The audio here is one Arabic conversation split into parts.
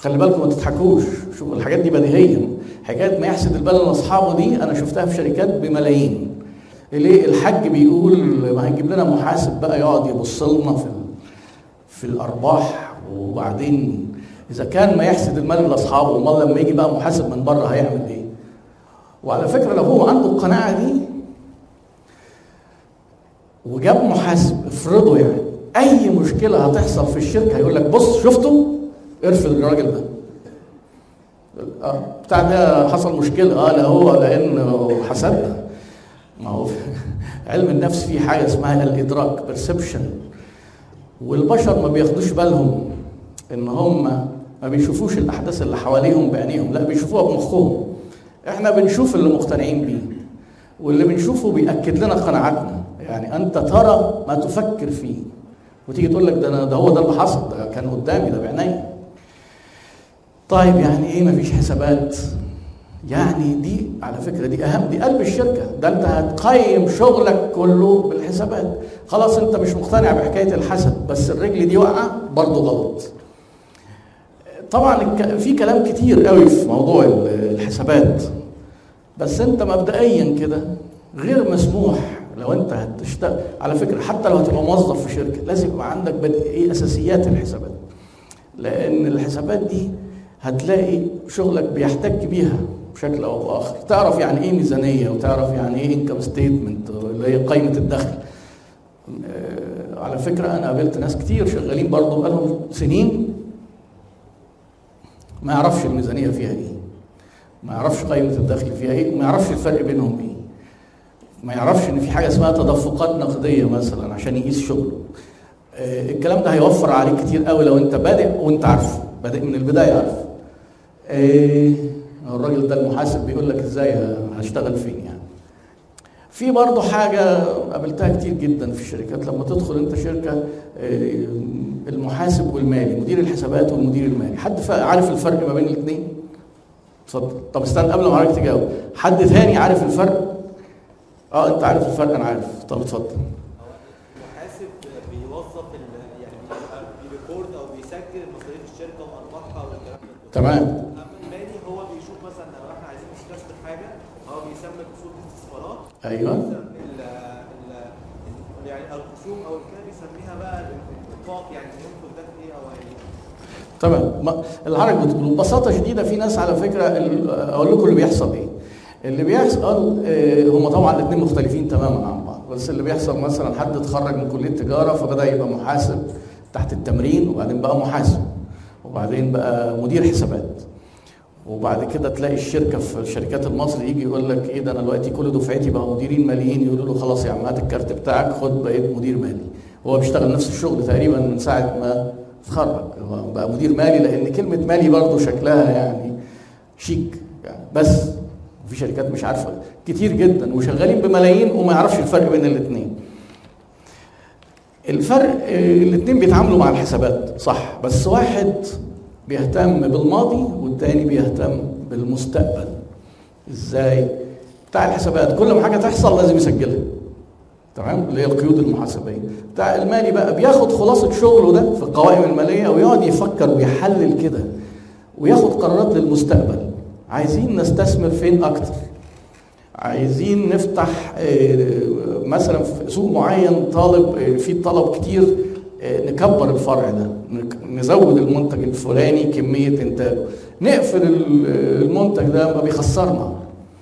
خلي بالكم ما تضحكوش، شوفوا الحاجات دي بديهيا. حكايه ما يحسد البال لاصحابه دي انا شفتها في شركات بملايين. ليه؟ الحاج بيقول ما هنجيب لنا محاسب بقى يقعد يبص لنا في الارباح، وبعدين اذا كان ما يحسد المال لاصحابه، امال لما يجي بقى محاسب من بره هيعمل ايه؟ وعلى فكره لو هو عنده القناعه دي وجاب محاسب، افرضوا يعني اي مشكله هتحصل في الشركه هيقول لك بص شفتوا ارفض الراجل ده بتاع ده حصل مشكله، لا هو لانه حسدنا. ما هو علم النفس فيه حاجه اسمها الادراك، بيرسبشن، والبشر ما بياخدوش بالهم ان هم ما بيشوفوش الاحداث اللي حواليهم بعينيهم، لا بيشوفوها بمخهم. احنا بنشوف اللي مقتنعين بيه، واللي بنشوفه بيأكد لنا قناعاتنا. يعني انت ترى ما تفكر فيه، وتيجي تقول لك ده هو ده اللي حصل، ده كان قدامي، ده بعيني. طيب يعني ايه مفيش حسابات؟ يعني دي على فكره دي اهم، دي قلب الشركه، ده انت هتقيم شغلك كله بالحسابات. خلاص انت مش مقتنع بحكايه الحسد، بس الرجل دي واقعه برضه غلط. طبعا في كلام كتير قوي في موضوع الحسابات، بس انت مبدئيا كده غير مسموح لو انت هتشتغل. على فكره حتى لو هتبقى موظف في شركه لازم يبقى عندك ايه اساسيات الحسابات، لان الحسابات دي هتلاقي شغلك بيحتك بيها بشكل او باخر. تعرف يعني ايه ميزانيه، وتعرف يعني ايه انكم ستيتمنت اللي هي قائمه الدخل. على فكره انا قابلت ناس كتير شغالين برضه بقالهم سنين ما يعرفش الميزانيه فيها ايه، ما يعرفش قائمه الدخل فيها ايه، وما يعرفش الفرق بينهم ايه، ما يعرفش ان في حاجه اسمها تدفقات نقديه مثلا عشان يقيس شغله. الكلام ده هيوفر عليك كتير قوي لو انت بادئ وانت عارفه، بادئ من البدايه عارفه. الراجل ده المحاسب بيقول لك ازاي هشتغل فين يعني. في برضه حاجه قابلتها كتير جدا في الشركات، لما تدخل انت شركه المحاسب والمالي، مدير الحسابات والمدير المالي، حد عارف الفرق ما بين الاثنين؟ اتفضل. طب استنى قبل ما حضرتك تجاوب، حد ثاني عارف الفرق؟ انت عارف الفرق، انا عارف. طب اتفضل. المحاسب بيوظف يعني بيريكورد او بيسجل مصاريف الشركه وارباحها والكلام ده. تمام. اما المالي هو بيشوف مثلا لو احنا عايزين نستثمر حاجه، هو بيسمي اصول الاستثمارات. ايوه. يعني الخصوم او الكلام بيسميها بقى الانفاق، يعني ينفق ده في ايه او ايه. تمام. الحرج بتقول ببساطه شديده، في ناس على فكره اقول لكم اللي بيحصل ايه. اللي بيحصل هم طبعا الاثنين مختلفين تماما عن بعض، بس اللي بيحصل مثلا حد اتخرج من كليه تجاره فبدا يبقى محاسب تحت التمرين، وبعدين بقى محاسب، وبعدين بقى مدير حسابات، وبعد كده تلاقي الشركه في الشركات المصري يجي يقول لك ايه ده انا دلوقتي كل دفعتي بقى مديرين ماليين، يقولوا له خلاص يا عم هات الكارت بتاعك خد بقيت مدير مالي. هو بيشتغل نفس الشغل تقريبا من ساعه ما اتخرج، هو بقى مدير مالي، لان كلمه مالي برضه شكلها يعني شيك يعني. بس في شركات مش عارفه كتير جدا وشغالين بملايين وما يعرفش الفرق بين الاثنين. الفرق الاثنين بيتعاملوا مع الحسابات صح، بس واحد بيهتم بالماضي والتاني بيهتم بالمستقبل. ازاي؟ بتاع الحسابات كل ما حاجه تحصل لازم يسجلها، تمام، اللي هي القيود المحاسبيه. بتاع المالي بقى بياخد خلاصه شغله ده في القوائم الماليه ويقعد يفكر ويحلل كده وياخد قرارات للمستقبل. عايزين نستثمر فين اكتر؟ عايزين نفتح مثلا في سوق معين طالب فيه طلب كتير، نكبر الفرع ده، نزود المنتج الفلاني كميه انتاجه، نقفل المنتج ده ما بيخسرنا.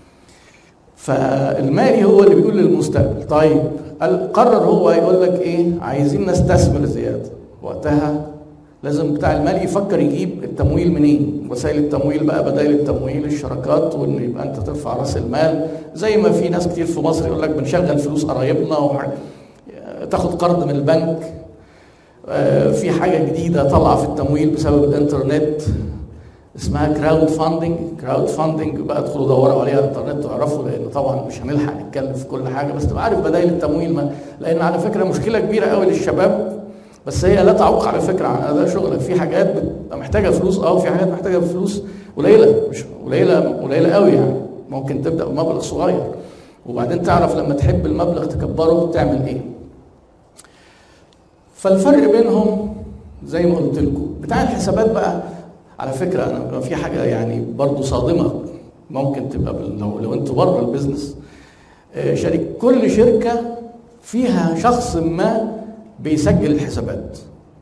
فالمالي هو اللي بيقول للمستقبل. طيب قرر هو يقول لك ايه؟ عايزين نستثمر زياده، وقتها لازم بتاع المالي يفكر يجيب التمويل منين، وسائل التمويل بقى، بدائل التمويل، الشراكات، وان يبقى انت ترفع راس المال زي ما في ناس كتير في مصر يقول لك بنشغل فلوس قرايبنا تاخد قرض من البنك. في حاجه جديده طالعه في التمويل بسبب الانترنت اسمها كراود فاندنج. كراود فاندنج بقى ادخلوا دوروا عليها على الانترنت تعرفوا، لان طبعا مش هنلحق نتكلم في كل حاجه، بس تبقى عارف بدائل التمويل. ما لان على فكره مشكله كبيره قوي للشباب، بس هي لا تعوق على فكره عن اداء شغلك. في حاجات بتبقى محتاجه فلوس وفي حاجات محتاجه فلوس قليله، مش قليله قوي يعني. ممكن تبدا بمبلغ صغير وبعدين تعرف لما تحب المبلغ تكبره تعمل ايه. فالفرق بينهم زي ما قلت لكم. بتاع الحسابات بقى على فكره انا في حاجه يعني برضو صادمه ممكن تبقى لو انتوا بره البيزنس. كل شركه فيها شخص ما بيسجل الحسابات،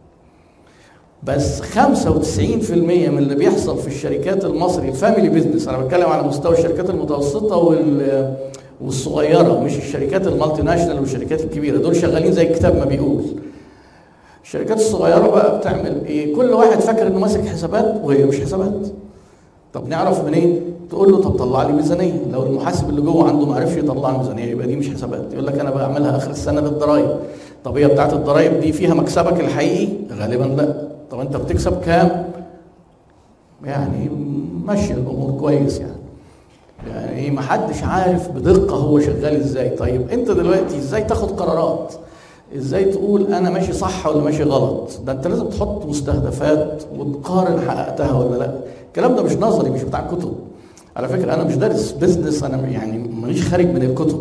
بس 95% من اللي بيحصل في الشركات المصري الفاميلي بيزنس، انا بتكلم على مستوى الشركات المتوسطه والصغيره، مش الشركات المالتي ناشونال والشركات الكبيره، دول شغالين زي الكتاب ما بيقول. الشركات الصغيره بقى بتعمل ايه؟ كل واحد فاكر انه ماسك حسابات وهي مش حسابات. طب نعرف منين؟ تقول له طب طلع لي ميزانيه. لو المحاسب اللي جوه عنده ما عرفش يطلع ميزانيه يبقى دي مش حسابات. يقول لك انا بعملها اخر السنه للضرايب. طب هي بتاعت الضرايب دي فيها مكسبك الحقيقي؟ غالبا لا. طب انت بتكسب كام؟ يعني ماشيه الامور كويس يعني ما حدش عارف بدقه هو شغال ازاي. طيب انت دلوقتي ازاي تاخد قرارات؟ ازاي تقول انا ماشي صح ولا ماشي غلط؟ ده انت لازم تحط مستهدفات وتقارن حققتها ولا لا. الكلام ده مش نظري، مش بتاع كتب. على فكره انا مش دارس بيزنس، انا يعني ماليش خارج من الكتب.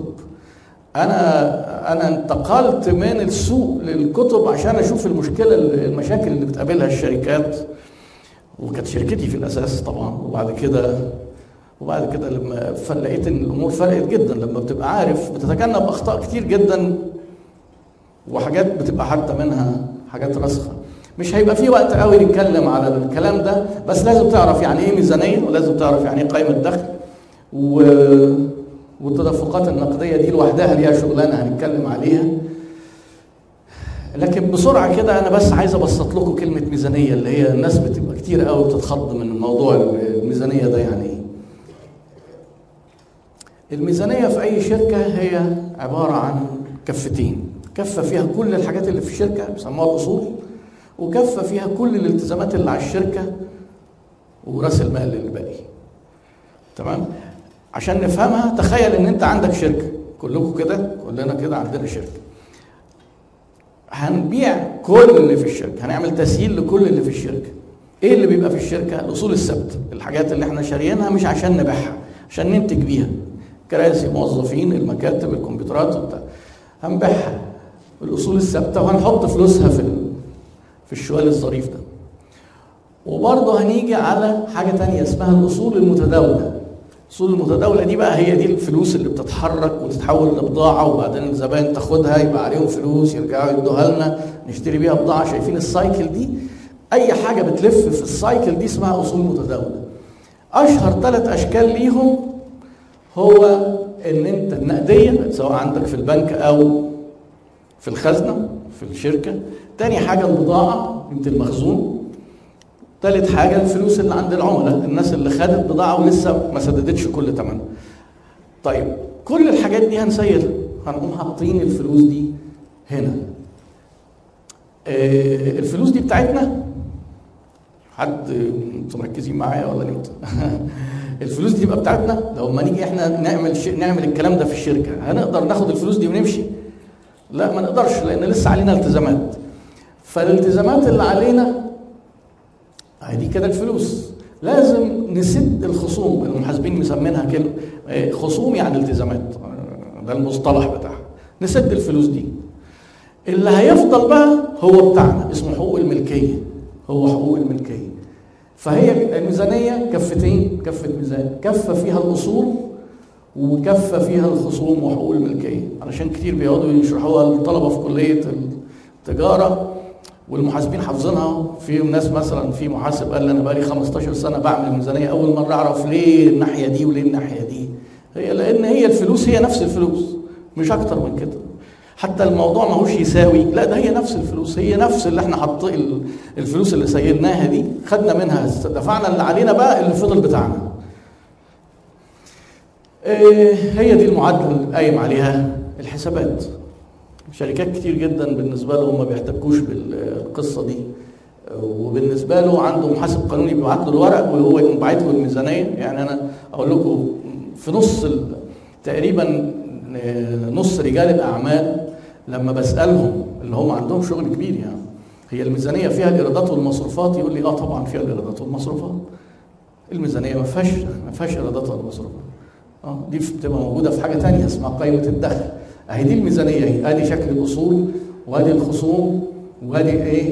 انا انتقلت من السوق للكتب عشان اشوف المشاكل اللي بتقابلها الشركات، وكانت شركتي في الاساس طبعا. وبعد كده لما لقيت ان الامور فرقت جدا لما بتبقى عارف بتتجنب اخطاء كتير جدا، وحاجات بتبقى حتى منها حاجات راسخه. مش هيبقى في وقت قوي نتكلم على الكلام ده، بس لازم تعرف يعني ايه ميزانيه، ولازم تعرف يعني ايه قائمه دخل، والتدفقات النقديه دي لوحدها ليها شغلانه هنتكلم عليها. لكن بسرعه كده انا بس عايز ابسط لكم كلمه ميزانيه، اللي هي الناس بتبقى كتير قوي بتتخض من موضوع الميزانيه ده. يعني ايه الميزانيه؟ في اي شركه هي عباره عن كفتين، كفه فيها كل الحاجات اللي في الشركه بيسموها الاصول، وكفه فيها كل الالتزامات اللي على الشركه وراس المال اللي باقي. تمام؟ عشان نفهمها تخيل ان انت عندك شركه، كلكم كده، كلنا كده عندنا شركه. هنبيع كل اللي في الشركه، هنعمل تسييل لكل اللي في الشركه. ايه اللي بيبقى في الشركه؟ الاصول الثابته، الحاجات اللي احنا شاريينها مش عشان نبيعها، عشان ننتج بيها، كراسي، موظفين، المكاتب، الكمبيوترات وبتاع، هنبيعها الاصول الثابته وهنحط فلوسها في الشوال الظريف ده. وبرضه هنيجي على حاجه تانية اسمها الاصول المتداوله. الاصول المتداوله دي بقى هي دي الفلوس اللي بتتحرك وتتحول لبضاعه، وبعدين الزبائن تاخدها يبقى عليهم فلوس يرجعوا يدوها لنا نشتري بيها بضاعه. شايفين السايكل دي؟ اي حاجه بتلف في السايكل دي اسمها اصول متداوله. اشهر 3 اشكال ليهم هو ان انت النقديه سواء عندك في البنك او في الخزنه في الشركه، تاني حاجه البضاعه انت المخزون، تالت حاجه الفلوس اللي عند العملاء، الناس اللي خدت بضاعه ولسه ما سددتش كل ثمنها. طيب كل الحاجات دي هنسيلها، هنقوم حاطين الفلوس دي هنا. الفلوس دي بتاعتنا؟ حد انتوا مركزين معايا ولا انتوا؟ الفلوس دي تبقى بتاعتنا؟ لو ما نيجي احنا نعمل الكلام ده في الشركه، هنقدر ناخد الفلوس دي ونمشي؟ لا ما نقدرش، لان لسه علينا التزامات. فالالتزامات اللي علينا دي كده الفلوس، لازم نسد الخصوم. المحاسبين مسمينها كلمه خصوم يعني التزامات، ده المصطلح بتاعها. نسد الفلوس دي. اللي هيفضل بقى هو بتاعنا، اسمه حقوق الملكيه، هو حقوق الملكيه. فهي الميزانيه كفتين، كفه ميزان، كفه فيها الاصول وكفه فيها الخصوم وحقوق الملكيه. علشان كتير بيقعدوا يشرحوها للطلبه في كليه التجاره والمحاسبين حافظينها. في ناس مثلا، في محاسب قال لي انا بقالي 15 سنه بعمل الميزانيه، اول مره اعرف ليه الناحيه دي وليه الناحيه دي. هي لان هي الفلوس هي نفس الفلوس، مش اكتر من كده. حتى الموضوع ماهوش يساوي، لا ده هي نفس الفلوس، هي نفس اللي احنا حاطين الفلوس اللي سيلناها دي خدنا منها، دفعنا اللي علينا بقى اللي فضل بتاعنا. هي دي المعادله اللي قايم عليها الحسابات. شركات كتير جدا بالنسبه لهم ما بيحتكوش بالقصه دي، وبالنسبه له عنده محاسب قانوني بيبعت له الورق وهو يقوم باعت له الميزانيه. يعني انا اقول لكم في تقريبا نص رجال الاعمال لما بسالهم اللي هم عندهم شغل كبير، يعني هي الميزانيه فيها الايرادات والمصروفات؟ يقول لي اه طبعا فيها الايرادات والمصروفات. الميزانيه ما فيهاش ايرادات ولا مصروفات. دي بتبقى موجوده في حاجه ثانيه اسمها قائمه الدخل. اهي دي الميزانيه، اهي ادي شكل الاصول وادي الخصوم وادي ايه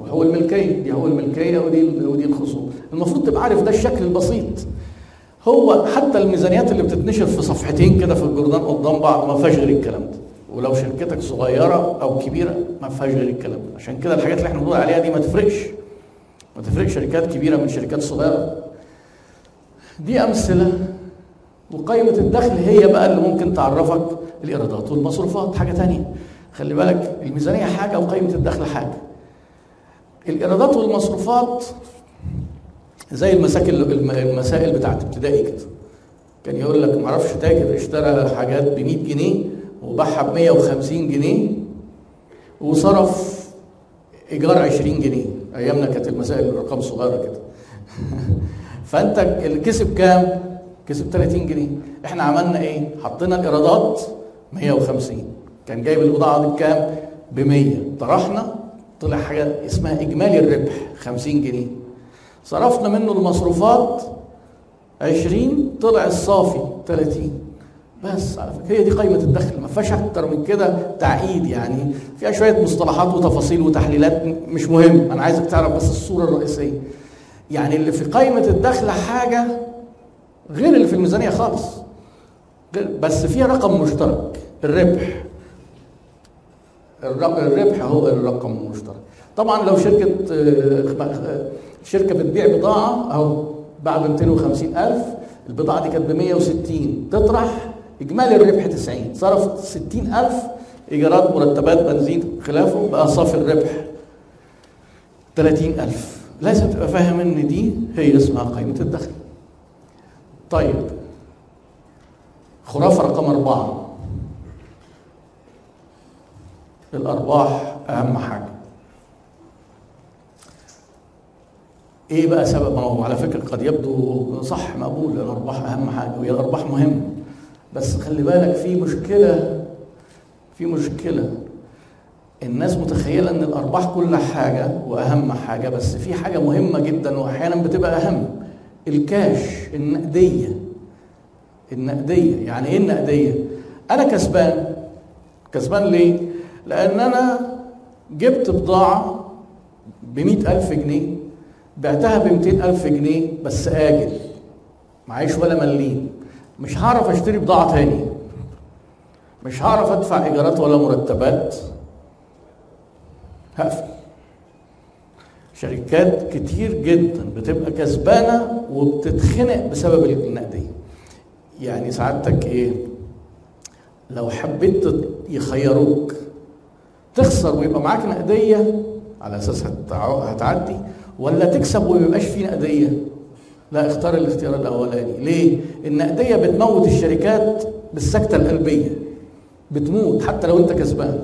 وحقوق الملكيه، دي حقوق الملكيه ودي الخصوم. المفروض تبقى عارف ده الشكل البسيط. هو حتى الميزانيات اللي بتتنشر في صفحتين كده في الجورنال قدام بعض ما فيهاش غير الكلام ده، ولو شركتك صغيره او كبيره ما فيهاش غير الكلام ده. عشان كده الحاجات اللي احنا بنقول عليها دي ما تفرقش شركات كبيره من شركات صغيره. دي امثله. وقائمه الدخل هي بقى اللي ممكن تعرفك الايرادات والمصروفات. حاجه ثانيه، خلي بالك، الميزانيه حاجه وقائمه الدخل حاجه. الايرادات والمصروفات زي المسائل بتاعت ابتدائي كده. كان يقول لك ما اعرفش تاجر اشترى حاجات ب 100 جنيه وباعها ب 150 جنيه وصرف ايجار 20 جنيه. ايامنا كانت المسائل الارقام صغيره كده. فانت اللي كسب كام؟ كسب 30 جنيه. احنا عملنا ايه؟ حطينا الايرادات 150، كان جايب البضاعه دي بكام؟ ب 100. طرحنا طلع حاجه اسمها اجمالي الربح 50 جنيه. صرفنا منه المصروفات 20، طلع الصافي 30. بس على فكره هي دي قائمه الدخل، ما فيهاش اكتر من كده تعقيد. يعني فيها شويه مصطلحات وتفاصيل وتحليلات مش مهم، انا عايزك تعرف بس الصوره الرئيسيه. يعني اللي في قائمه الدخل حاجه غير اللي في الميزانيه خالص، بس فيها رقم مشترك، الربح هو الرقم المشترك. طبعا لو شركه بتبيع بضاعه او باع ب 250,000، البضاعه دي كانت ب 160، تطرح اجمالي الربح 90، صرفت 60,000 ايجارات مرتبات بنزين خلافه، بقى صافي الربح 30,000. لازم تبقى فاهم ان دي هي اسمها قائمه الدخل. طيب، خرافه رقم 4، الارباح اهم حاجه. ايه بقى سبب؟ ما هو على فكره قد يبدو صح مقبول، الارباح اهم حاجه وهي الارباح مهمه، بس خلي بالك في مشكله. الناس متخيله ان الارباح كل حاجه واهم حاجه، بس في حاجه مهمه جدا واحيانا بتبقى اهم، الكاش، النقديه. يعني ايه النقديه؟ انا كسبان ليه؟ لان انا جبت بضاعه ب 100,000 جنيه، بعتها ب 200,000 جنيه بس آجل، معيش ولا مليم، مش هعرف اشتري بضاعة تاني، مش هعرف ادفع ايجارات ولا مرتبات، هقفل. شركات كتير جدا بتبقى كسبانة وبتتخنق بسبب النقدية. يعني سعادتك ايه؟ لو حبيت يخيروك تخسر ويبقى معاك نقدية على اساس هتعدي، ولا تكسب وميبقاش فيه نقديه؟ لا، اختار الاختيار الاولاني. ليه؟ النقديه بتموت الشركات بالسكته القلبيه، بتموت حتى لو انت كسبان،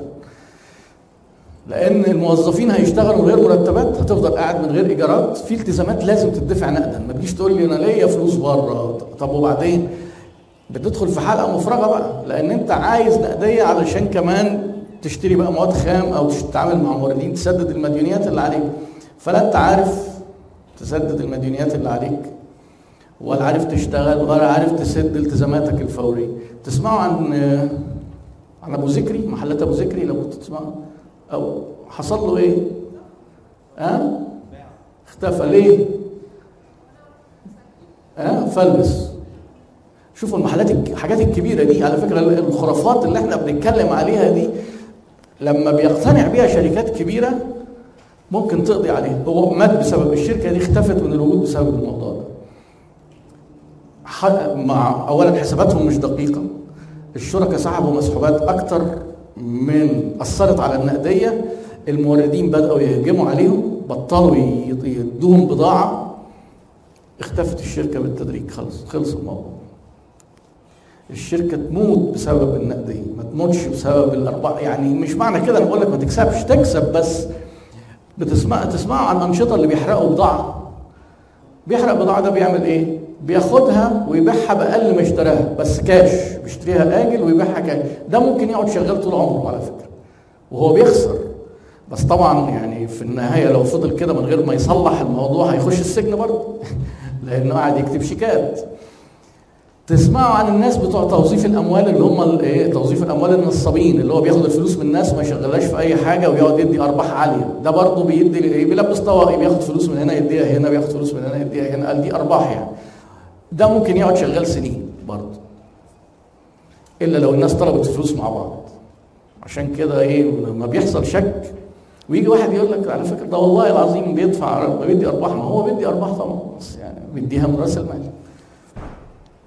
لان الموظفين هيشتغلوا من غير مرتبات، هتفضل قاعد من غير ايجارات، في التزامات لازم تدفع نقدا. ما تجيش تقول لي انا ليا فلوس بره، طب وبعدين؟ بتدخل في حلقه مفرغه بقى، لان انت عايز نقديه علشان كمان تشتري بقى مواد خام او تتعامل مع موردين تسدد المديونيات اللي عليك. فلا انت عارف تسدد المديونيات اللي عليك، ولا عارف تشتغل، ولا عارف تسد التزاماتك الفوريه. تسمعوا عن ابو ذكري، محلات ابو ذكري لو كنت تسمعوا؟ او حصل له ايه؟ اختفى ليه؟ فلس. شوفوا المحلات، الحاجات الكبيره دي، على فكره الخرافات اللي احنا بنتكلم عليها دي لما بيقتنع بيها شركات كبيره ممكن تقضي عليه. هو مات بسبب الشركه دي، اختفت من الوجود بسبب الموضوع ده. مع اولا حساباتهم مش دقيقه، الشركاء سحبوا مسحوبات اكتر من اثرت على النقديه، الموردين بداوا يهجموا عليهم، بطلوا يدوهم بضاعه، اختفت الشركه بالتدريج، خلص الموضوع. الشركه تموت بسبب النقديه، ما تموتش بسبب الارباح. يعني مش معنى كده انا بقول لك ما تكسبش، تكسب، بس تسمعوا عن الانشطه اللي بيحرقوا بضاعه. بيحرق بضاعه ده بيعمل ايه؟ بياخدها ويبيعها باقل ما اشتراها، بس كاش، بيشتريها اجل ويبيعها كاش. ده ممكن يقعد شغال طول عمره على فكره وهو بيخسر، بس طبعا يعني في النهايه لو فضل كده من غير ما يصلح الموضوع هيخش السجن برضه لانه قاعد يكتب شيكات. تسمعوا عن الناس بتوع توظيف الاموال اللي هم ايه، توظيف الاموال النصابين، اللي هو بياخد الفلوس من الناس ما يشغلهاش في اي حاجه ويقعد يدي ارباح عاليه. ده برضه بيدي ايه، بيلبس طواقي، بياخد فلوس من هنا يديها هنا، بياخد فلوس من هنا يديها هنا، قال دي ارباح يعني. ده ممكن يقعد شغال سنين برضه، الا لو الناس طلبت الفلوس مع بعض. عشان كده ايه، لما بيحصل شك ويجي واحد يقول لك على فكره ده والله العظيم بيدفع بيدي ارباح، ما هو بيدي ارباح طبعا، بس يعني بيديها من راس المال.